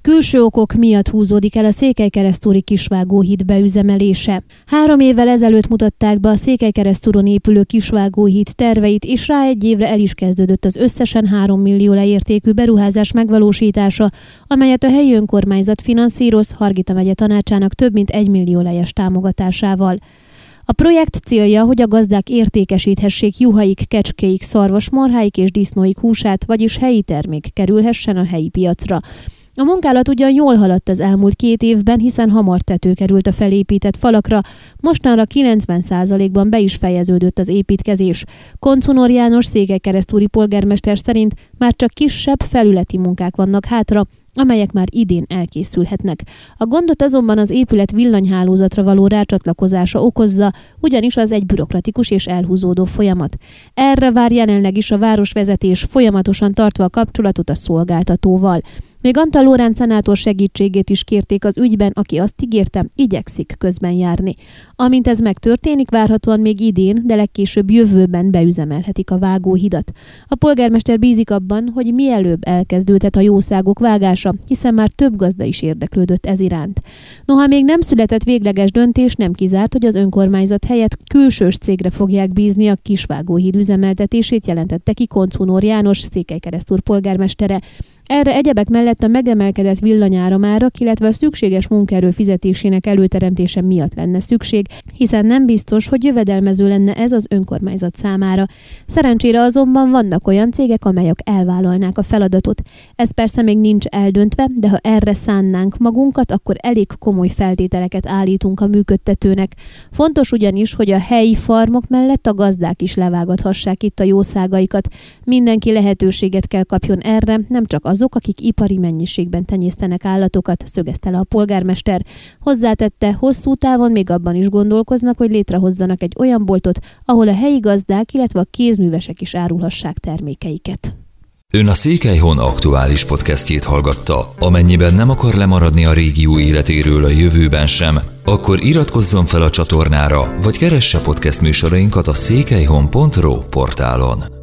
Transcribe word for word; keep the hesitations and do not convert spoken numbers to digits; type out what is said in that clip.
Külső okok miatt húzódik el a székelykeresztúri kisvágóhíd beüzemelése. Három évvel ezelőtt mutatták be a Székelykeresztúron épülő kisvágóhíd terveit, és rá egy évre el is kezdődött az összesen három millió leértékű beruházás megvalósítása, amelyet a helyi önkormányzat finanszíroz Hargita megye tanácsának több mint egy millió lejes támogatásával. A projekt célja, hogy a gazdák értékesíthessék juhaik, kecskéik, szarvasmarháik és disznóik húsát, vagyis helyi termék kerülhessen a helyi piacra. A munkálat ugyan jól haladt az elmúlt két évben, hiszen hamar tető került a felépített falakra, mostanra kilencven százalékban be is fejeződött az építkezés. Koncunor János székelykeresztúri polgármester szerint már csak kisebb felületi munkák vannak hátra, amelyek már idén elkészülhetnek. A gondot azonban az épület villanyhálózatra való rácsatlakozása okozza, ugyanis az egy bürokratikus és elhúzódó folyamat. Erre vár jelenleg is a városvezetés, folyamatosan tartva a kapcsolatot a szolgáltatóval. Még Antal Lóránc szenátor segítségét is kérték az ügyben, aki azt ígérte, igyekszik közben járni. Amint ez megtörténik, várhatóan még idén, de legkésőbb jövőben beüzemelhetik a vágóhidat. A polgármester bízik abban, hogy mielőbb elkezdődhet a jószágok vágása, hiszen már több gazda is érdeklődött ez iránt. Noha még nem született végleges döntés, nem kizárt, hogy az önkormányzat helyett külsős cégre fogják bízni a kisvágóhíd üzemeltetését, jelentette ki Koncunor János Székelykeresztúr polgármestere. Erre egyebek mellett a megemelkedett villanyáramárak, illetve a szükséges munkaerő fizetésének előteremtése miatt lenne szükség, hiszen nem biztos, hogy jövedelmező lenne ez az önkormányzat számára. Szerencsére azonban vannak olyan cégek, amelyek elvállalnák a feladatot. Ez persze még nincs eldöntve, de ha erre szánnánk magunkat, akkor elég komoly feltételeket állítunk a működtetőnek. Fontos ugyanis, hogy a helyi farmok mellett a gazdák is levágathassák itt a jószágaikat. Mindenki lehetőséget kell kapjon erre, nem csak az azok, akik ipari mennyiségben tenyésztenek állatokat, szögezte le a polgármester. Hozzátette, hosszú távon még abban is gondolkoznak, hogy létrehozzanak egy olyan boltot, ahol a helyi gazdák, illetve a kézművesek is árulhassák termékeiket. Ön a Székelyhon aktuális podcastjét hallgatta. Amennyiben nem akar lemaradni a régió életéről a jövőben sem, akkor iratkozzon fel a csatornára, vagy keresse podcast műsorainkat a székelyhon pont ro portálon.